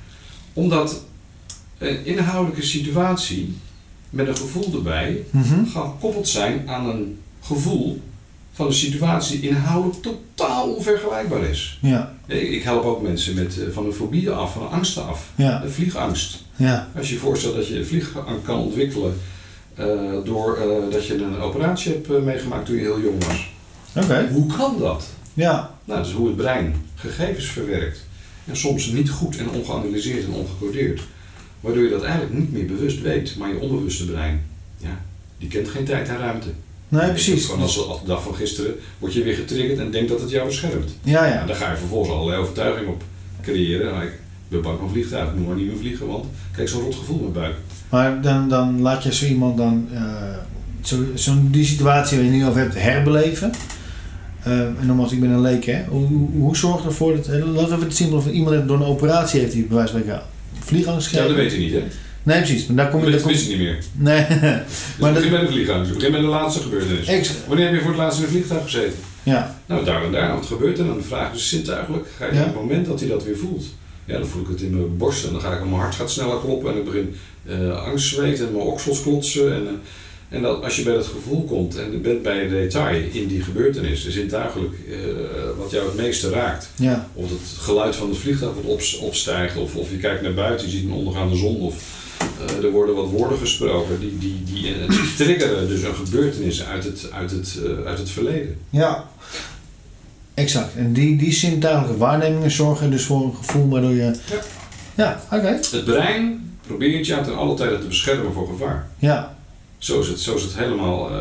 Omdat een inhoudelijke situatie met een gevoel erbij mm-hmm. gekoppeld zijn aan een gevoel van een situatie die inhoudelijk totaal onvergelijkbaar is. Ja. Ik, ik help ook mensen met, uh, van een fobie af, van een angsten af. Ja. Een vliegangst. Ja. Als je je voorstelt dat je een vliegangst kan ontwikkelen uh, door uh, dat je een operatie hebt uh, meegemaakt toen je heel jong was. Okay. Hoe kan dat? Ja. Nou, dat is hoe het brein gegevens verwerkt. En soms niet goed en ongeanalyseerd en ongecodeerd. Waardoor je dat eigenlijk niet meer bewust weet. Maar je onbewuste brein, ja, die kent geen tijd en ruimte. Nee, precies. Gewoon als, als de dag van gisteren word je weer getriggerd en denkt dat het jou beschermt. Ja, ja. En dan ga je vervolgens allerlei overtuigingen op creëren. Nou, ik ben bang van vliegtuigen, ik moet maar niet meer vliegen, want kijk, zo'n rot gevoel in mijn buik. Maar dan, dan laat je zo iemand dan uh, zo, zo'n die situatie waar je nu over hebt herbeleven. Uh, en nogmaals, ik ben een leek, hè. Hoe, hoe, hoe zorg je ervoor dat, laten we even het zien of iemand door een operatie heeft die bij wijze van spreken vliegangst gegeven. Ja, dat weet je niet, hè? Nee, precies. Maar daar kom je... Dat wist je niet meer. Nee. Dus maar begin bij de vliegangst. Begin bij de laatste gebeurtenis. Ex- Wanneer heb je voor het laatst in een vliegtuig gezeten? Ja. Nou, daar en daar. Wat gebeurt er? Dan vraag ik dus zintuigelijk. Ga je ja. op het moment dat hij dat weer voelt. Ja, dan voel ik het in mijn borst en dan ga ik, mijn hart gaat sneller kloppen en ik begin uh, angstzweet en mijn oksels klotsen. En, uh, en dat, als je bij dat gevoel komt en je bent bij een detail in die gebeurtenis, dus zintuigelijk uh, wat jou het meeste raakt. Ja. Of het geluid van het vliegtuig wat op, opstijgt, of, of je kijkt naar buiten, je ziet een ondergaande zon, of uh, er worden wat woorden gesproken die, die, die uh, triggeren dus een gebeurtenis uit het, uit het, uh, uit het verleden. Ja. Exact. En die, die zintuigelijke waarnemingen zorgen dus voor een gevoel waardoor je... Ja, ja oké. Okay. Het brein probeert je ten alle tijde te beschermen voor gevaar. Ja. Zo is het, zo is het helemaal uh,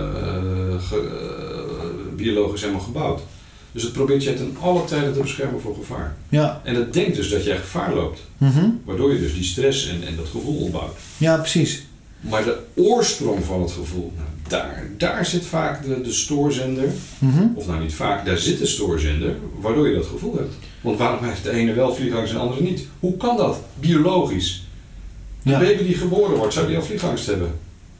ge, uh, biologisch helemaal gebouwd. Dus het probeert je ten alle tijde te beschermen voor gevaar. Ja. En het denkt dus dat jij gevaar loopt. Mm-hmm. Waardoor je dus die stress en, en dat gevoel opbouwt. Ja, precies. Maar de oorsprong van het gevoel, nou, daar, daar zit vaak de, de stoorzender. Mm-hmm. Of nou niet vaak, daar zit de stoorzender, waardoor je dat gevoel hebt. Want waarom heeft de ene wel vliegangst en de andere niet? Hoe kan dat? Biologisch. Een ja. baby die geboren wordt, zou die al vliegangst hebben?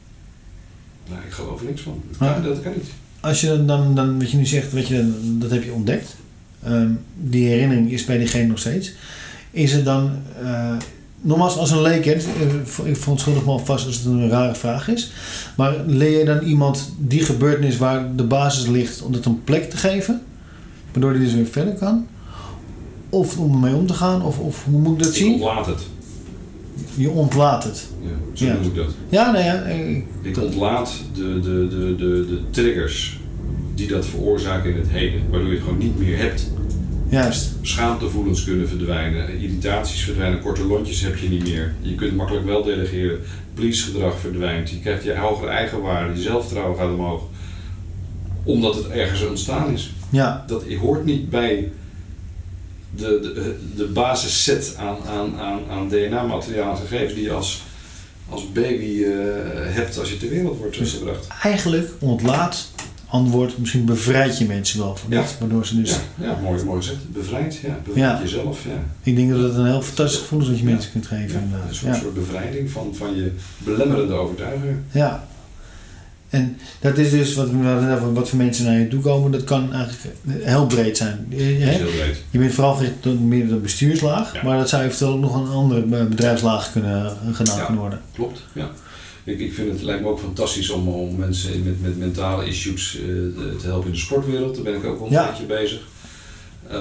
Nou, ik geloof er niks van. Dat kan, ja. dat kan niet. Als je dan, dan wat je nu zegt, wat je, dat heb je ontdekt. Um, die herinnering is bij diegene nog steeds. Is het dan... Uh, Nogmaals, als een leek, hè, ik verontschuldig me alvast als het een rare vraag is. Maar leer je dan iemand die gebeurtenis waar de basis ligt om het een plek te geven? Waardoor hij dus weer verder kan? Of om ermee om te gaan? Of, of hoe moet ik dat zien? Ik ontlaat het. Je ontlaat het? Ja, zo ja. noem ik dat. Ja, nee, ja. Ik, ik ontlaat de, de, de, de, de triggers die dat veroorzaken in het heden. Waardoor je het gewoon niet meer hebt. Juist. Schaamtevoelens kunnen verdwijnen, irritaties verdwijnen, korte lontjes heb je niet meer. Je kunt makkelijk wel delegeren, please-gedrag verdwijnt, je krijgt je hogere eigenwaarde, je zelfvertrouwen gaat omhoog. Omdat het ergens ontstaan is. Ja. Dat hoort niet bij de, de, de basisset aan, aan, aan, aan D N A-materiaal en gegevens die je als, als baby uh, hebt als je ter wereld wordt dus gebracht. Eigenlijk ontlaat... Antwoord, misschien bevrijd je mensen wel van ja. dit, waardoor ze dus... Ja, ja mooi, mooi gezegd. Bevrijd, ja. Bevrijd ja. jezelf, ja. Ik denk dat het een heel fantastisch gevoel is wat je ja. mensen kunt geven. Ja, een soort, ja. soort bevrijding van, van je belemmerende overtuigingen. Ja. En dat is dus wat, wat voor mensen naar je toe komen, dat kan eigenlijk heel breed zijn. Je, dat is heel breed. Je bent vooral gericht tot meer de bestuurslaag, ja. maar dat zou eventueel ook nog een andere bedrijfslaag kunnen gedaan ja, kunnen worden. Klopt, ja. Ik, ik vind het lijkt me ook fantastisch om, om mensen met, met mentale issues uh, te helpen in de sportwereld. Daar ben ik ook wel een ja. beetje bezig. Uh,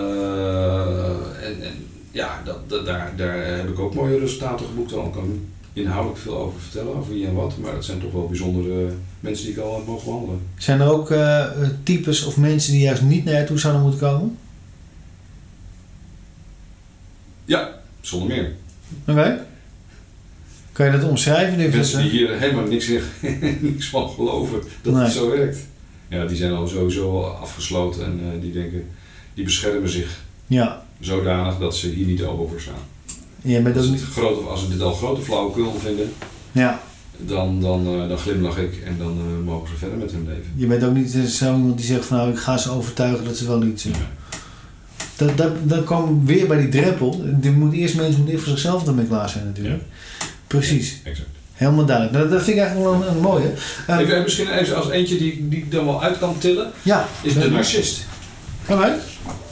en, en ja, dat, dat, daar, daar heb ik ook mooie resultaten geboekt. Daar kan ik inhoudelijk veel over vertellen, over wie en wat. Maar het zijn toch wel bijzondere mensen die ik al heb mogen behandelen. Zijn er ook uh, types of mensen die juist niet naar je toe zouden moeten komen? Ja, zonder meer. Oké. Okay. Kan je dat omschrijven? Die Mensen die hier helemaal niks, niks van geloven dat Nee. het zo werkt. Ja, die zijn al sowieso afgesloten en uh, die denken, die beschermen zich Ja. zodanig dat ze hier niet open voor staan. Je bent Als, ook het niet... grote, als ze dit al grote flauwekul vinden, Ja. dan, dan, uh, dan glimlach ik en dan uh, mogen ze verder met hun leven. Je bent ook niet zo iemand die zegt van nou, ik ga ze overtuigen dat ze wel iets doen. Dat, dat, dan komen we weer bij die drempel. Die moet eerst, mensen moeten eerst voor zichzelf ermee klaar zijn natuurlijk. Ja. Precies. Ja, exact. Helemaal duidelijk. Dat, dat vind ik eigenlijk wel een, een mooie. Um, Even, misschien even als eentje die, die ik dan wel uit kan tillen, ja. is de narcist. Kan wij?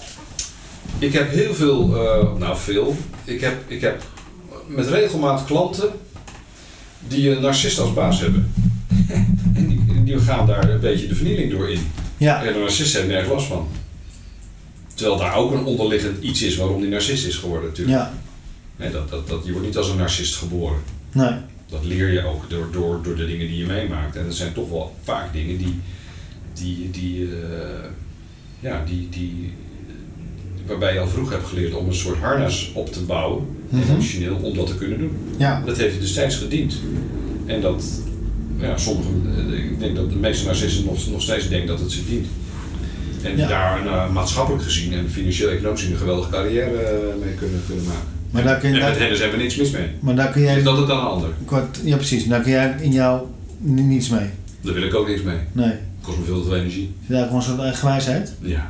Ik heb heel veel, uh, nou veel, ik heb, ik heb met regelmaat klanten die een narcist als baas hebben. En die, die gaan daar een beetje de vernieling door in. Ja. En een narcist heeft nergens last van. Terwijl daar ook een onderliggend iets is waarom die narcist is geworden natuurlijk. Ja. Nee, dat, dat, dat, je wordt niet als een narcist geboren. Nee. Dat leer je ook door, door, door de dingen die je meemaakt. En dat zijn toch wel vaak dingen die, die, die, uh, ja, die, die, waarbij je al vroeg hebt geleerd om een soort harnas op te bouwen, mm-hmm. emotioneel, om dat te kunnen doen. Ja. Dat heeft je destijds gediend. En dat, ja, sommigen, ik denk dat de meeste narcisten nog, nog steeds denken dat het ze dient. En ja. daar een, uh, maatschappelijk gezien en financieel-economisch een geweldige carrière uh, mee kunnen, kunnen maken. Maar daar kun je, en met daar, hen hebben we niks mis mee. Maar daar kun jij, is dat het dan een ander? Kwart, ja precies, daar kun jij in jou niets mee. Daar wil ik ook niks mee. Nee. Het kost me veel te veel energie. Is daar gewoon zo'n eigen wijsheid? Ja.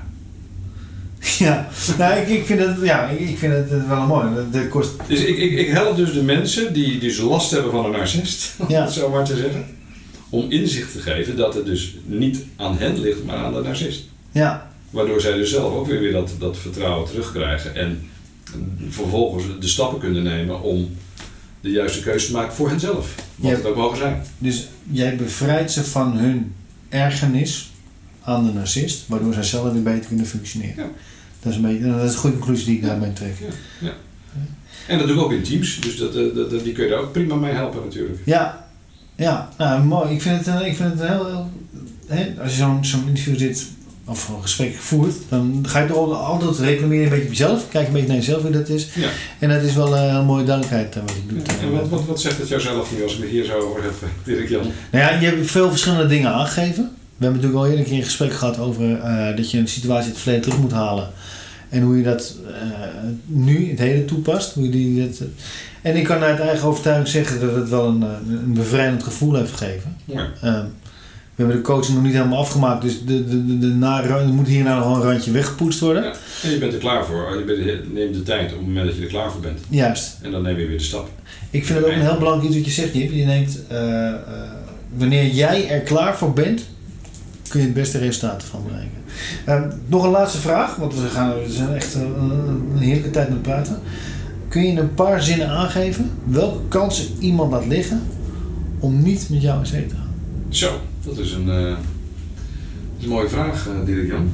Ja, nou, ik, ik vind het, ja, ik, ik vind het wel mooi. Dat, dat kost... Dus ik, ik, ik help dus de mensen die dus last hebben van een narcist, om ja. het zo maar te zeggen, om inzicht te geven dat het dus niet aan hen ligt, maar aan de narcist. Ja. Waardoor zij dus zelf ook weer, weer dat, dat vertrouwen terugkrijgen en vervolgens de stappen kunnen nemen om de juiste keuze te maken voor henzelf. Wat ja. het ook mogen zijn. Dus jij bevrijdt ze van hun ergernis aan de narcist, waardoor zij zelf weer beter kunnen functioneren. Ja. Dat, is een beetje, dat is een goede conclusie die ik daarmee trek. Ja. Ja. En dat doe ik ook in teams, dus dat, dat, dat, die kun je daar ook prima mee helpen natuurlijk. Ja, ja, nou mooi. Ik vind het, ik vind het heel, heel hè, als je zo'n, zo'n interview zit of een gesprek voert, dan ga je toch altijd reclameren een beetje op jezelf. Kijk een beetje naar jezelf hoe dat is. Ja. En dat is wel een uh, mooie duidelijkheid uh, wat ik doe. Ja, en wat, wat, wat zegt het jouzelf nu als ik me hier zo over heb, Dirk Jan? Nou ja, je hebt veel verschillende dingen aangegeven. We hebben natuurlijk al eerder een keer een gesprek gehad over uh, dat je een situatie uit het verleden terug moet halen. En hoe je dat uh, nu, het hele toepast. Hoe je die, dat, uh, en ik kan uit eigen overtuiging zeggen dat het wel een, een bevrijdend gevoel heeft gegeven. Ja. Uh, we hebben de coaching nog niet helemaal afgemaakt, dus de, de, de, de na, er moet hier nou nog een randje weggepoetst worden. Ja. En je bent er klaar voor. Je bent, neemt de tijd op het moment dat je er klaar voor bent. Juist. En dan neem je weer de stap. Ik vind het ook een heel belangrijk iets wat je zegt, Jip. Je neemt, uh, uh, wanneer jij er klaar voor bent, kun je het beste resultaten van bereiken. Uh, nog een laatste vraag, want we, gaan, we zijn echt uh, een heerlijke tijd aan het praten. Kun je in een paar zinnen aangeven welke kansen iemand laat liggen om niet met jou in zee te gaan? Zo, dat is een, uh, dat is een mooie vraag, uh, Dirk Jan.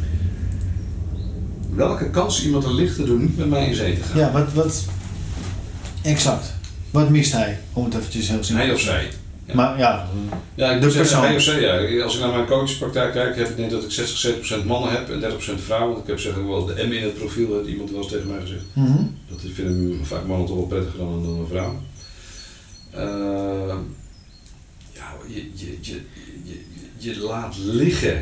Welke kans iemand er ligt door niet met mij in zee te gaan? Ja, wat, wat exact. Wat mist hij? Om het eventjes heel simpel. Hij of zij. Ja. Maar ja, ja ik moet zeggen, hij of zij, ja. Als ik naar mijn coachpraktijk kijk, heb ik denk dat ik zestig, zeventig procent mannen heb en dertig procent vrouwen. Want ik heb zeggen wel de M in het profiel, heeft iemand wel eens tegen mij gezegd. Mm-hmm. Dat vinden vaak mannen toch wel prettiger dan, dan een vrouw. Uh, ja, je, je, je, je, je laat liggen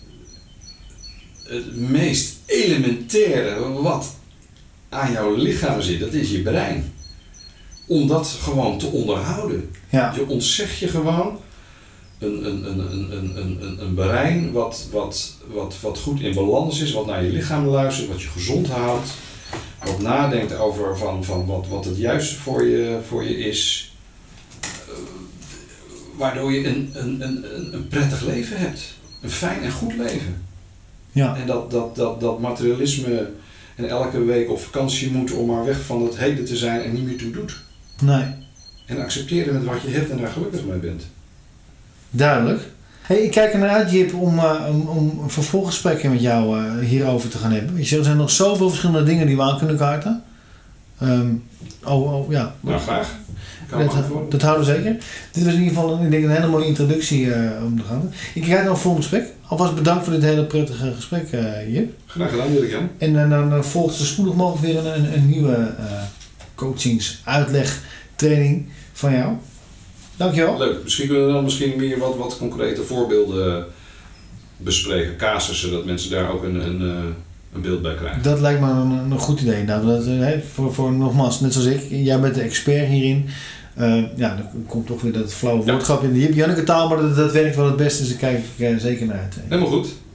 het meest elementaire wat aan jouw lichaam zit, dat is je brein. Om dat gewoon te onderhouden. Ja. Je ontzegt je gewoon een, een, een, een, een, een, een brein wat, wat, wat, wat goed in balans is, wat naar je lichaam luistert, wat je gezond houdt, wat nadenkt over van, van wat, wat het juiste voor je, voor je is, uh, waardoor je een, een, een, een prettig leven hebt. Een fijn en goed leven. Ja. En dat, dat, dat, dat materialisme en elke week op vakantie moet om maar weg van het heden te zijn en niet meer toe doet. Nee. En accepteren met wat je hebt en daar gelukkig mee bent. Duidelijk. Hey, ik kijk er naar uit, Jip, om, uh, om, om een vervolggesprek met jou uh, hierover te gaan hebben. Je zegt, er zijn nog zoveel verschillende dingen die we aan kunnen kaarten. Um, oh, oh, ja. Nou, graag. Dat, dat houden we zeker. Dit was in ieder geval een, ik denk, een hele mooie introductie uh, om te gaan. Ik kijk naar een volgend gesprek. Alvast bedankt voor dit hele prettige gesprek, uh, Jip. Graag gedaan, Dirk Jan. En uh, dan uh, volgt er spoedig mogelijk weer een, een, een nieuwe uh, coachings, uitleg, training van jou. Dankjewel. Leuk. Misschien kunnen we dan misschien meer wat, wat concrete voorbeelden bespreken, casussen, zodat mensen daar ook een, een, een beeld bij krijgen. Dat lijkt me een, een goed idee. Nou, dat, hè, voor, voor nogmaals, net zoals ik, jij bent de expert hierin. Uh, ja, dan komt toch weer dat flauwe woordgrap in de Jip Janneke taal, maar dat, dat werkt wel het beste, dus daar kijk ik uh, zeker naar uit. Helemaal goed.